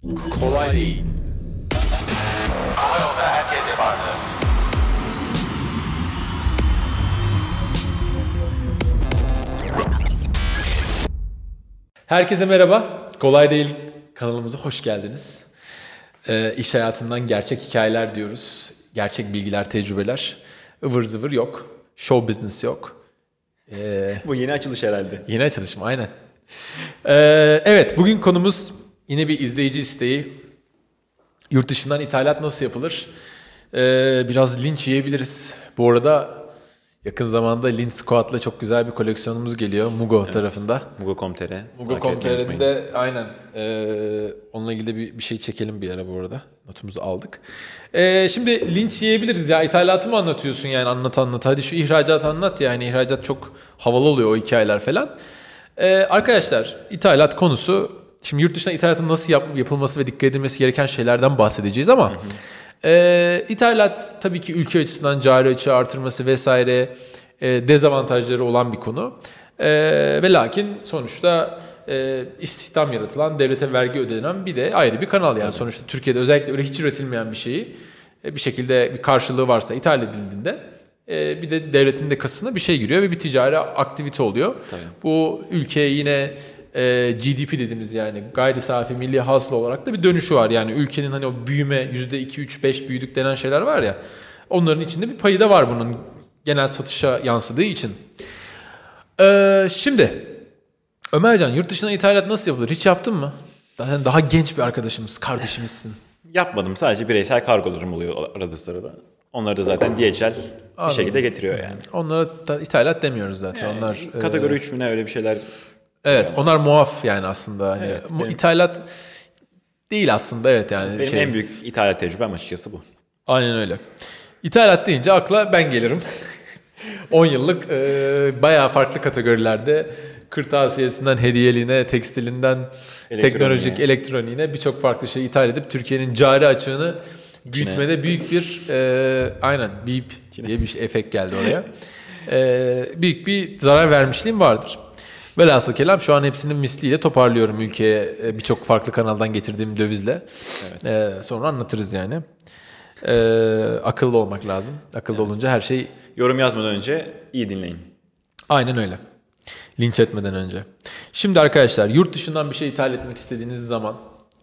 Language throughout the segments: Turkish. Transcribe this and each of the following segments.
Kolay değil. Ama yolda herkes yapardı. Herkese merhaba. Kolay değil kanalımıza hoş geldiniz. İş hayatından gerçek hikayeler diyoruz. Gerçek bilgiler, tecrübeler. Ivır zıvır yok. Show business yok. Bu yeni açılış herhalde. Yeni açılışım aynen. Evet, bugün konumuz yine bir izleyici isteği. Yurt dışından ithalat nasıl yapılır? Biraz linç yiyebiliriz. Bu arada yakın zamanda Linç Squad'la çok güzel bir koleksiyonumuz geliyor Mugo tarafında. Mugo.com.tr. Mugo.com.tr'nin de aynen. Onunla ilgili de bir şey çekelim bir ara bu arada. Notumuzu aldık. Şimdi linç yiyebiliriz ya. İthalatı mı anlatıyorsun yani anlat. Hadi şu ihracatı anlat yani. İhracat çok havalı oluyor o hikayeler falan. Arkadaşlar ithalat konusu, şimdi yurt dışına ithalatın nasıl yapılması ve dikkat edilmesi gereken şeylerden bahsedeceğiz ama ithalat tabii ki ülke açısından cari açığı artırması vesaire dezavantajları olan bir konu. Ve lakin sonuçta istihdam yaratılan, devlete vergi ödenen bir de ayrı bir kanal yani. Sonuçta Türkiye'de özellikle öyle hiç üretilmeyen bir şeyi bir şekilde bir karşılığı varsa ithal edildiğinde bir de devletin de kasasına bir şey giriyor ve bir ticari aktivite oluyor. Tabii. Bu ülkeye yine GDP dediğimiz yani gayri safi milli hasıla olarak da bir dönüşü var. Yani ülkenin hani o büyüme %2, 3, 5 büyüdük denen şeyler var ya, onların içinde bir payı da var bunun genel satışa yansıdığı için. Şimdi Ömercan, yurt dışına ithalat nasıl yapılır? Hiç yaptın mı? Daha genç bir arkadaşımız, kardeşimizsin. Yapmadım. Sadece bireysel kargolarım oluyor arada sırada. Onları da zaten DHL bir şekilde getiriyor yani. Onlara da ithalat demiyoruz zaten. Yani onlar kategori 3 mü ne öyle bir şeyler. Evet, onlar muaf yani aslında. Hani evet, ithalat değil aslında, evet yani. Benim en büyük ithalat tecrübem açıkçası bu. Aynen öyle. İthalat deyince akla ben gelirim. 10 yıllık bayağı farklı kategorilerde kırtasiyesinden hediyeliğine, tekstilinden teknolojik, elektroniğine birçok farklı şey ithal edip Türkiye'nin cari açığını büyütmede büyük bir aynen beep diye bir efekt geldi oraya. Büyük bir zarar vermişliğim vardır. Velhasıl kelam şu an hepsinin misliyle toparlıyorum ülkeye birçok farklı kanaldan getirdiğim dövizle. Evet. Sonra anlatırız yani. Akıllı olmak lazım. Akıllı olunca her şey... Yorum yazmadan önce iyi dinleyin. Aynen öyle. Linç etmeden önce. Şimdi arkadaşlar, yurt dışından bir şey ithal etmek istediğiniz zaman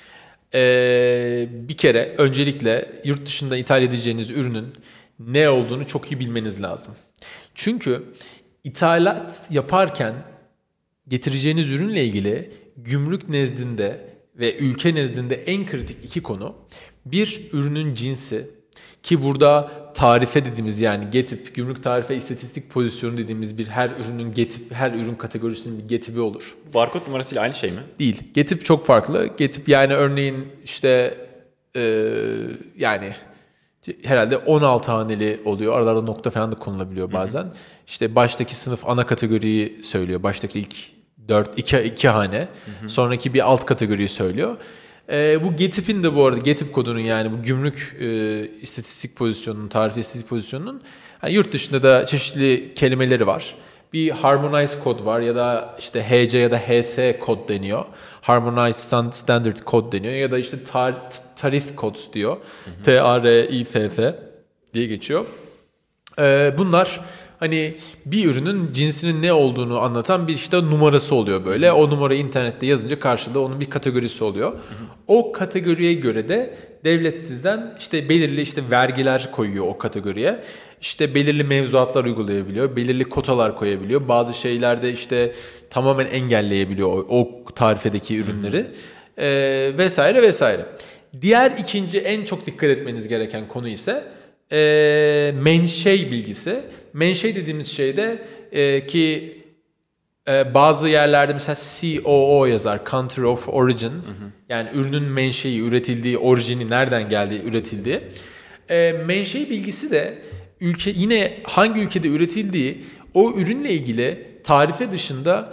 bir kere öncelikle yurt dışında ithal edeceğiniz ürünün ne olduğunu çok iyi bilmeniz lazım. Çünkü ithalat yaparken getireceğiniz ürünle ilgili gümrük nezdinde ve ülke nezdinde en kritik iki konu. Bir, ürünün cinsi, ki burada tarife dediğimiz yani GETIP, gümrük tarife istatistik pozisyonu dediğimiz bir her ürünün GETIP, her ürün kategorisinin bir GETIP'i olur. Barkod numarasıyla aynı şey mi? Değil. GETIP çok farklı. GETIP yani örneğin işte yani herhalde 16 haneli oluyor. Aralarda nokta falan da konulabiliyor bazen. Hı hı. İşte baştaki sınıf ana kategoriyi söylüyor. Baştaki ilk 2 hane. Hı hı. Sonraki bir alt kategoriyi söylüyor. Bu GETIP'in de bu arada GETIP kodunun yani bu gümrük istatistik pozisyonunun, tarife istatistik pozisyonunun yani yurt dışında da çeşitli kelimeleri var. Bir Harmonized kod var ya da işte HC ya da HS kod deniyor. Harmonized Standard kod deniyor ya da işte tarif codes diyor. TARIFF diye geçiyor. Bunlar hani bir ürünün cinsinin ne olduğunu anlatan bir işte numarası oluyor böyle. O numarayı internette yazınca karşıda onun bir kategorisi oluyor. O kategoriye göre de devlet sizden işte belirli işte vergiler koyuyor o kategoriye. İşte belirli mevzuatlar uygulayabiliyor, belirli kotalar koyabiliyor. Bazı şeylerde işte tamamen engelleyebiliyor o tarifedeki ürünleri vesaire vesaire. Diğer ikinci en çok dikkat etmeniz gereken konu ise menşei bilgisi. Menşei dediğimiz şeyde ki bazı yerlerde mesela COO yazar, Country of Origin. Hı hı. Yani ürünün menşei, üretildiği, orijini, nereden geldiği, üretildiği. Menşei bilgisi de yine hangi ülkede üretildiği, o ürünle ilgili tarife dışında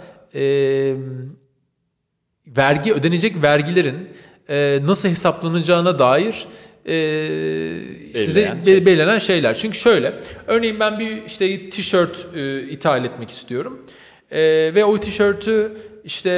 ödenecek vergilerin nasıl hesaplanacağına dair size belirlenen şeyler. Çünkü şöyle, örneğin ben bir işte tişört ithal etmek istiyorum ve o tişörtü işte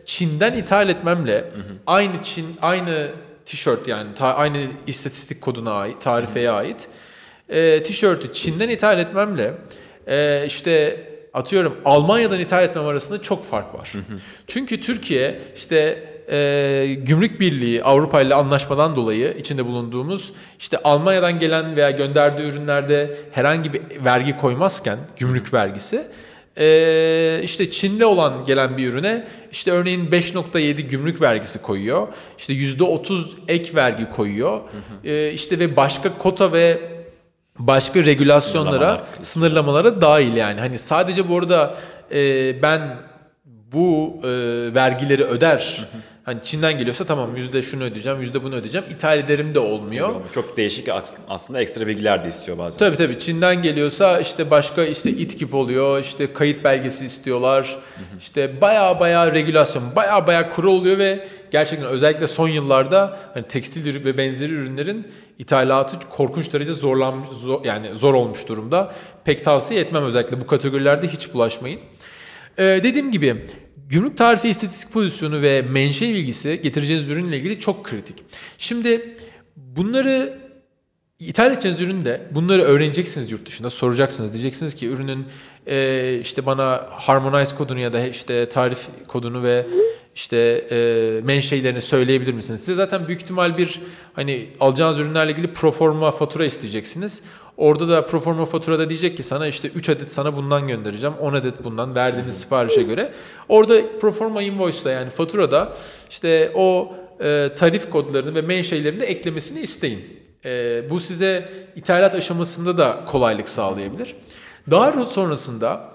Çin'den ithal etmemle aynı tişört yani aynı istatistik koduna ait, tarifeye ait tişörtü Çin'den ithal etmemle işte atıyorum Almanya'dan ithal etmem arasında çok fark var. Çünkü Türkiye işte Gümrük Birliği Avrupa ile anlaşmadan dolayı içinde bulunduğumuz işte Almanya'dan gelen veya gönderdiği ürünlerde herhangi bir vergi koymazken gümrük vergisi işte Çin'de olan gelen bir ürüne işte örneğin 5.7 gümrük vergisi koyuyor. İşte %30 ek vergi koyuyor. İşte ve başka kota ve başka regülasyonlara, sınırlamalara dahil yani. Hani sadece bu arada ben bu vergileri öder. Hani Çin'den geliyorsa tamam yüzde şunu ödeyeceğim, yüzde bunu ödeyeceğim. İthal ederim de olmuyor. Çok değişik aslında ekstra bilgiler de istiyor bazen. Tabii. Çin'den geliyorsa işte başka işte İTKİP oluyor, işte kayıt belgesi istiyorlar. İşte baya regülasyon, baya kural oluyor ve gerçekten özellikle son yıllarda hani tekstil ve benzeri ürünlerin ithalatı korkunç derece zor olmuş durumda. Pek tavsiye etmem özellikle bu kategorilerde hiç bulaşmayın. Dediğim gibi gümrük tarife istatistik pozisyonu ve menşe bilgisi getireceğiniz ürünle ilgili çok kritik. Şimdi bunları ithal edeceğiniz üründe bunları öğreneceksiniz yurt dışında, soracaksınız. Diyeceksiniz ki ürünün işte bana harmonize kodunu ya da işte tarif kodunu ve işte menşeilerini söyleyebilir misiniz? Size zaten büyük ihtimal bir hani alacağınız ürünlerle ilgili proforma fatura isteyeceksiniz. Orada da proforma faturada diyecek ki sana işte 3 adet sana bundan göndereceğim, 10 adet bundan verdiğiniz siparişe göre. Orada proforma invoice'da yani faturada işte o tarif kodlarını ve menşeilerini de eklemesini isteyin. Bu size ithalat aşamasında da kolaylık sağlayabilir. Daha sonrasında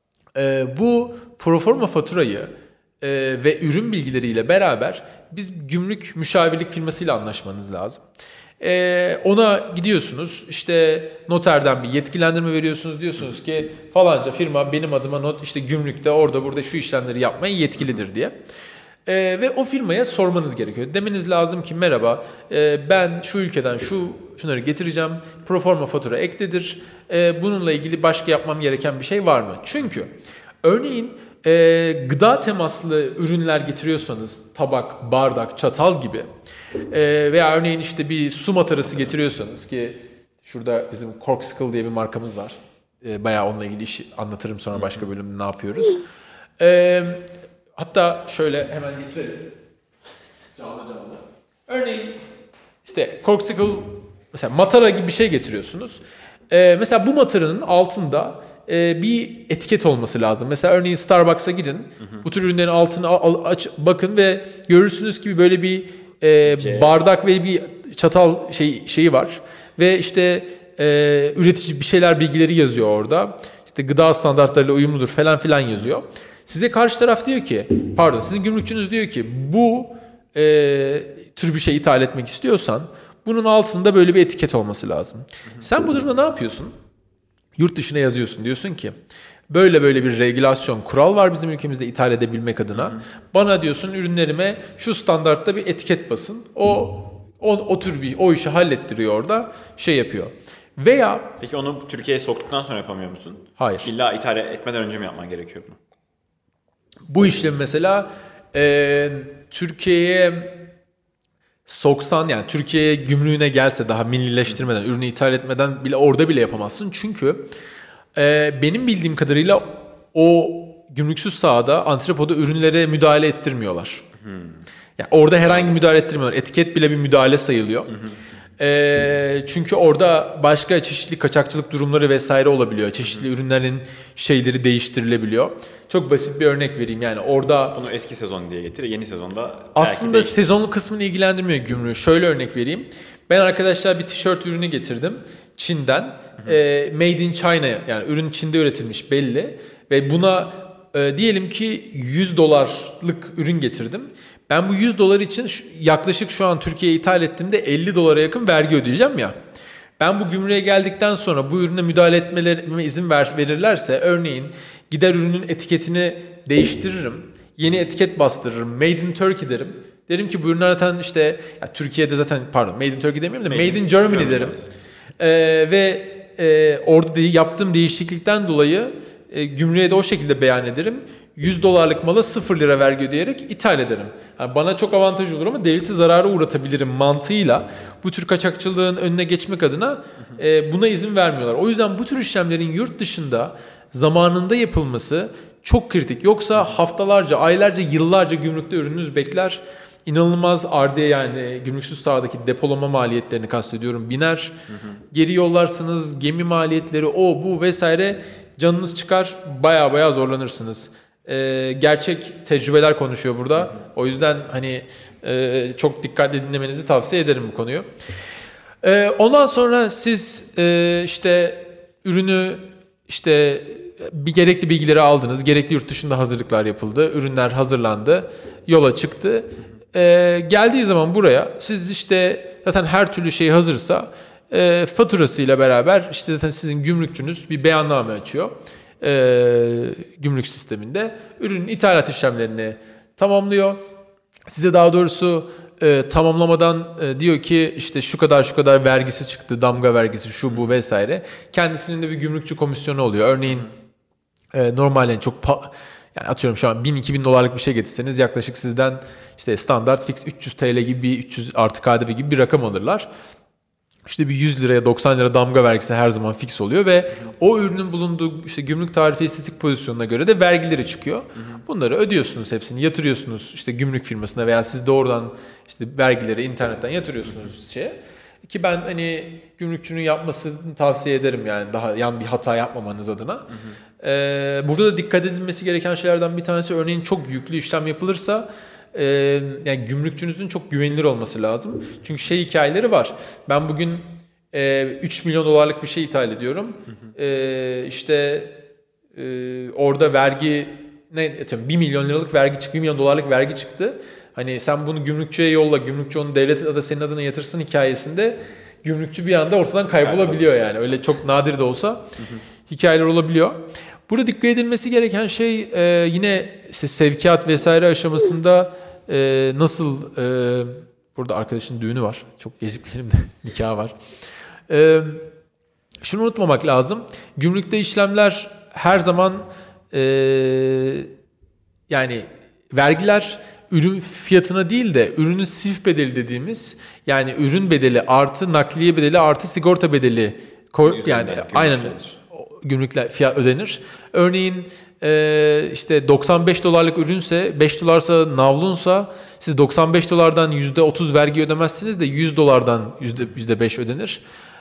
bu proforma faturayı ve ürün bilgileriyle beraber biz gümrük müşavirlik firmasıyla anlaşmanız lazım. Ona gidiyorsunuz işte noterden bir yetkilendirme veriyorsunuz, diyorsunuz ki falanca firma benim adıma işte gümrükte orada burada şu işlemleri yapmaya yetkilidir diye. Ve o firmaya sormanız gerekiyor. Demeniz lazım ki merhaba ben şu ülkeden şunları getireceğim. Proforma fatura ektedir. Bununla ilgili başka yapmam gereken bir şey var mı? Çünkü örneğin gıda temaslı ürünler getiriyorsanız tabak, bardak, çatal gibi veya örneğin işte bir su matarası getiriyorsanız ki şurada bizim Corkcicle diye bir markamız var. Bayağı onunla ilgili işi anlatırım sonra başka bölümde ne yapıyoruz. Hatta şöyle hemen getirelim. Canlı. Örneğin işte Corkcicle mesela matara gibi bir şey getiriyorsunuz. Mesela bu mataranın altında bir etiket olması lazım. Mesela örneğin Starbucks'a gidin. Bu tür ürünlerin altını bakın ve görürsünüz ki böyle bir bardak ve bir çatal şeyi var. Ve işte üretici bir şeyler bilgileri yazıyor orada. İşte gıda standartlarıyla uyumludur falan filan yazıyor. Size karşı taraf diyor ki, pardon sizin gümrükçünüz diyor ki bu tür bir şey ithal etmek istiyorsan bunun altında böyle bir etiket olması lazım. Sen bu durumda ne yapıyorsun? Yurt dışına yazıyorsun. Diyorsun ki böyle bir regülasyon, kural var bizim ülkemizde ithal edebilmek adına. Bana diyorsun ürünlerime şu standartta bir etiket basın. O tür o işi hallettiriyor orada şey yapıyor. Veya peki onu Türkiye'ye soktuktan sonra yapamıyor musun? Hayır. İlla ithal etmeden önce mi yapman gerekiyor bunu? Bu işlemi mesela Türkiye'ye soksan yani Türkiye'ye gümrüğüne gelse daha millileştirmeden, ürünü ithal etmeden bile orada bile yapamazsın. Çünkü benim bildiğim kadarıyla o gümrüksüz sahada, antrepoda ürünlere müdahale ettirmiyorlar. Yani orada herhangi müdahale ettirmiyorlar. Etiket bile bir müdahale sayılıyor. Çünkü orada başka çeşitli kaçakçılık durumları vesaire olabiliyor. Çeşitli ürünlerin şeyleri değiştirilebiliyor. Çok basit bir örnek vereyim yani orada... Bunu eski sezon diye getir, yeni sezonda... Aslında sezonluk kısmını ilgilendirmiyor gümrüğü. Şöyle örnek vereyim. Ben arkadaşlar bir tişört ürünü getirdim Çin'den. Made in China yani ürün Çin'de üretilmiş belli. Ve buna diyelim ki $100'lık ürün getirdim. Ben bu $100 için yaklaşık şu an Türkiye'ye ithal ettiğimde $50'a yakın vergi ödeyeceğim ya. Ben bu gümrüğe geldikten sonra bu ürüne müdahale etmelerime izin verirlerse örneğin gider ürünün etiketini değiştiririm. Yeni etiket bastırırım. Made in Turkey derim. Derim ki bu ürünler zaten işte ya Türkiye'de zaten pardon Made in Turkey demeyeyim de Made in Germany derim. Ve orada yaptığım değişiklikten dolayı gümrüğe de o şekilde beyan ederim. 100 dolarlık mala 0 lira vergi ödeyerek ithal ederim. Yani bana çok avantaj olur ama devleti zarara uğratabilirim mantığıyla bu tür kaçakçılığın önüne geçmek adına buna izin vermiyorlar. O yüzden bu tür işlemlerin yurt dışında zamanında yapılması çok kritik. Yoksa haftalarca, aylarca, yıllarca gümrükte ürününüz bekler. İnanılmaz ardiye, yani gümrüksüz sahadaki depolama maliyetlerini kastediyorum, biner. Geri yollarsınız, gemi maliyetleri, o bu vesaire, canınız çıkar, baya zorlanırsınız. Gerçek tecrübeler konuşuyor burada. O yüzden hani çok dikkatli dinlemenizi tavsiye ederim bu konuyu. Ondan sonra siz işte ürünü bir gerekli bilgileri aldınız. Gerekli yurt dışında hazırlıklar yapıldı. Ürünler hazırlandı. Yola çıktı. Geldiği zaman buraya siz işte zaten her türlü şey hazırsa faturasıyla beraber işte zaten sizin gümrükçünüz bir beyanname açıyor. Gümrük sisteminde ürünün ithalat işlemlerini tamamlıyor. Size daha doğrusu tamamlamadan diyor ki işte şu kadar vergisi çıktı, damga vergisi, şu bu vesaire. Kendisinin de bir gümrükçü komisyonu oluyor. Örneğin normalde çok yani atıyorum şu an 1000-2000 dolarlık bir şey getirseniz yaklaşık sizden işte standart fix 300 TL gibi bir 300 artı KDV gibi bir rakam alırlar. İşte bir 100 liraya 90 lira damga vergisi her zaman fix oluyor ve o ürünün bulunduğu işte gümrük tarife istatistik pozisyonuna göre de vergileri çıkıyor. Bunları ödüyorsunuz, hepsini yatırıyorsunuz işte gümrük firmasına veya siz doğrudan işte vergileri internetten yatırıyorsunuz şeye. Ki ben hani gümrükçünün yapmasını tavsiye ederim, yani daha yan bir hata yapmamanız adına. Burada da dikkat edilmesi gereken şeylerden bir tanesi, örneğin çok yüklü işlem yapılırsa yani gümrükçünüzün çok güvenilir olması lazım. Çünkü hikayeleri var. Ben bugün 3 milyon dolarlık bir şey ithal ediyorum. Orada vergi 1 milyon liralık vergi çıktı, 1 milyon dolarlık vergi çıktı. Hani sen bunu gümrükçüye yolla, gümrükçü onu devlet ya da senin adına yatırsın hikayesinde gümrükçü bir anda ortadan kaybolabiliyor yani. Öyle çok nadir de olsa hikayeler olabiliyor. Burada dikkat edilmesi gereken şey yine sevkiyat vesaire aşamasında nasıl burada arkadaşın düğünü var. Çok gecikmeyelim de nikahı var. Şunu unutmamak lazım. Gümrükte işlemler her zaman yani vergiler ürün fiyatına değil de ürünün sif bedeli dediğimiz, yani ürün bedeli artı nakliye bedeli artı sigorta bedeli yani aynen gümrükler fiyat ödenir. Örneğin işte 95 dolarlık ürünse 5 dolarsa navlunsa siz 95 dolardan %30 vergi ödemezsiniz de 100 dolardan %5 ödenir.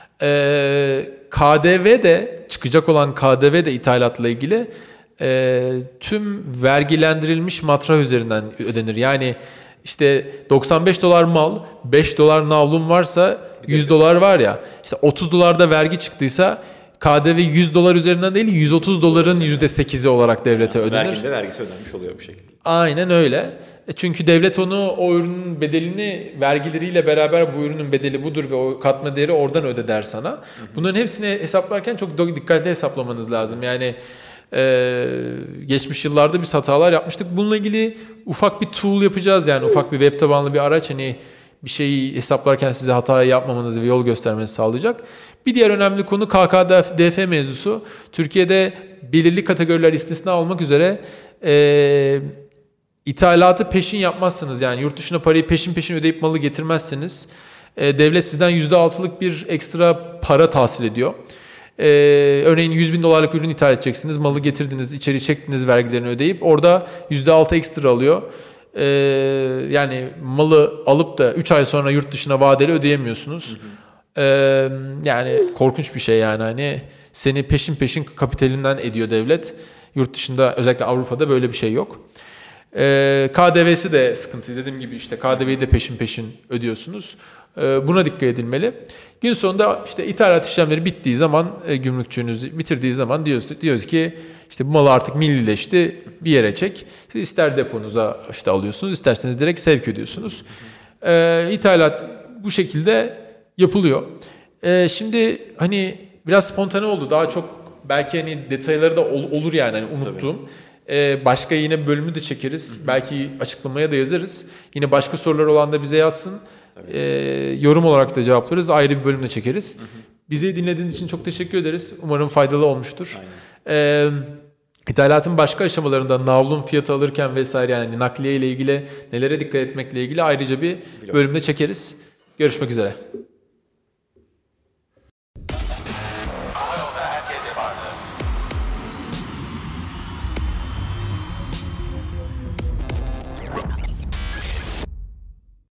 KDV de çıkacak olan KDV de ithalatla ilgili tüm vergilendirilmiş matrah üzerinden ödenir. Yani işte 95 dolar mal, 5 dolar navlun varsa 100 dolar var ya, işte 30 dolarda vergi çıktıysa KDV 100 dolar üzerinden değil 130 doların %8'i olarak devlete ödenir. Verginde vergisi ödenmiş oluyor bu şekilde. Aynen öyle. Çünkü devlet o ürünün bedelini vergileriyle beraber bu ürünün bedeli budur ve o katma değeri oradan öde der sana. Bunların hepsini hesaplarken çok dikkatli hesaplamanız lazım. Yani geçmiş yıllarda biz hatalar yapmıştık. Bununla ilgili ufak bir tool yapacağız, yani ufak bir web tabanlı bir araç, hani bir şeyi hesaplarken size hata yapmamanızı ve yol göstermenizi sağlayacak. Bir diğer önemli konu KKDF mevzusu. Türkiye'de belirli kategoriler istisna olmak üzere ithalatı peşin yapmazsınız. Yani yurt dışına parayı peşin ödeyip malı getirmezsiniz. Devlet sizden %6'lık bir ekstra para tahsil ediyor. Örneğin 100 bin dolarlık ürün ithal edeceksiniz. Malı getirdiniz, içeri çektiniz vergilerini ödeyip orada %6 ekstra alıyor. Yani malı alıp da 3 ay sonra yurt dışına vadeli ödeyemiyorsunuz. Yani korkunç bir şey yani, hani seni peşin kapitalinden ediyor devlet. Yurt dışında, özellikle Avrupa'da böyle bir şey yok. KDV'si de sıkıntı. Dediğim gibi işte KDV'yi de peşin ödüyorsunuz. Buna dikkat edilmeli. Gün sonunda işte ithalat işlemleri bittiği zaman, gümrükçünüz bitirdiği zaman diyoruz ki işte bu malı artık millileşti, bir yere çek. Siz ister deponuza işte alıyorsunuz, isterseniz direkt sevk ediyorsunuz. İthalat bu şekilde yapılıyor. Şimdi hani biraz spontane oldu. Daha çok belki hani detayları da olur yani, hani unuttuğum. Başka yine bölümü de çekeriz. Belki açıklamaya da yazarız. Yine başka sorular olan da bize yazsın. Yorum olarak da cevaplarız. Ayrı bir bölümde çekeriz. Bizi dinlediğiniz için çok teşekkür ederiz. Umarım faydalı olmuştur. İthalatın başka aşamalarında navlun fiyatı alırken vesaire yani nakliye ile ilgili nelere dikkat etmekle ilgili ayrıca bir bölümde çekeriz. Görüşmek üzere.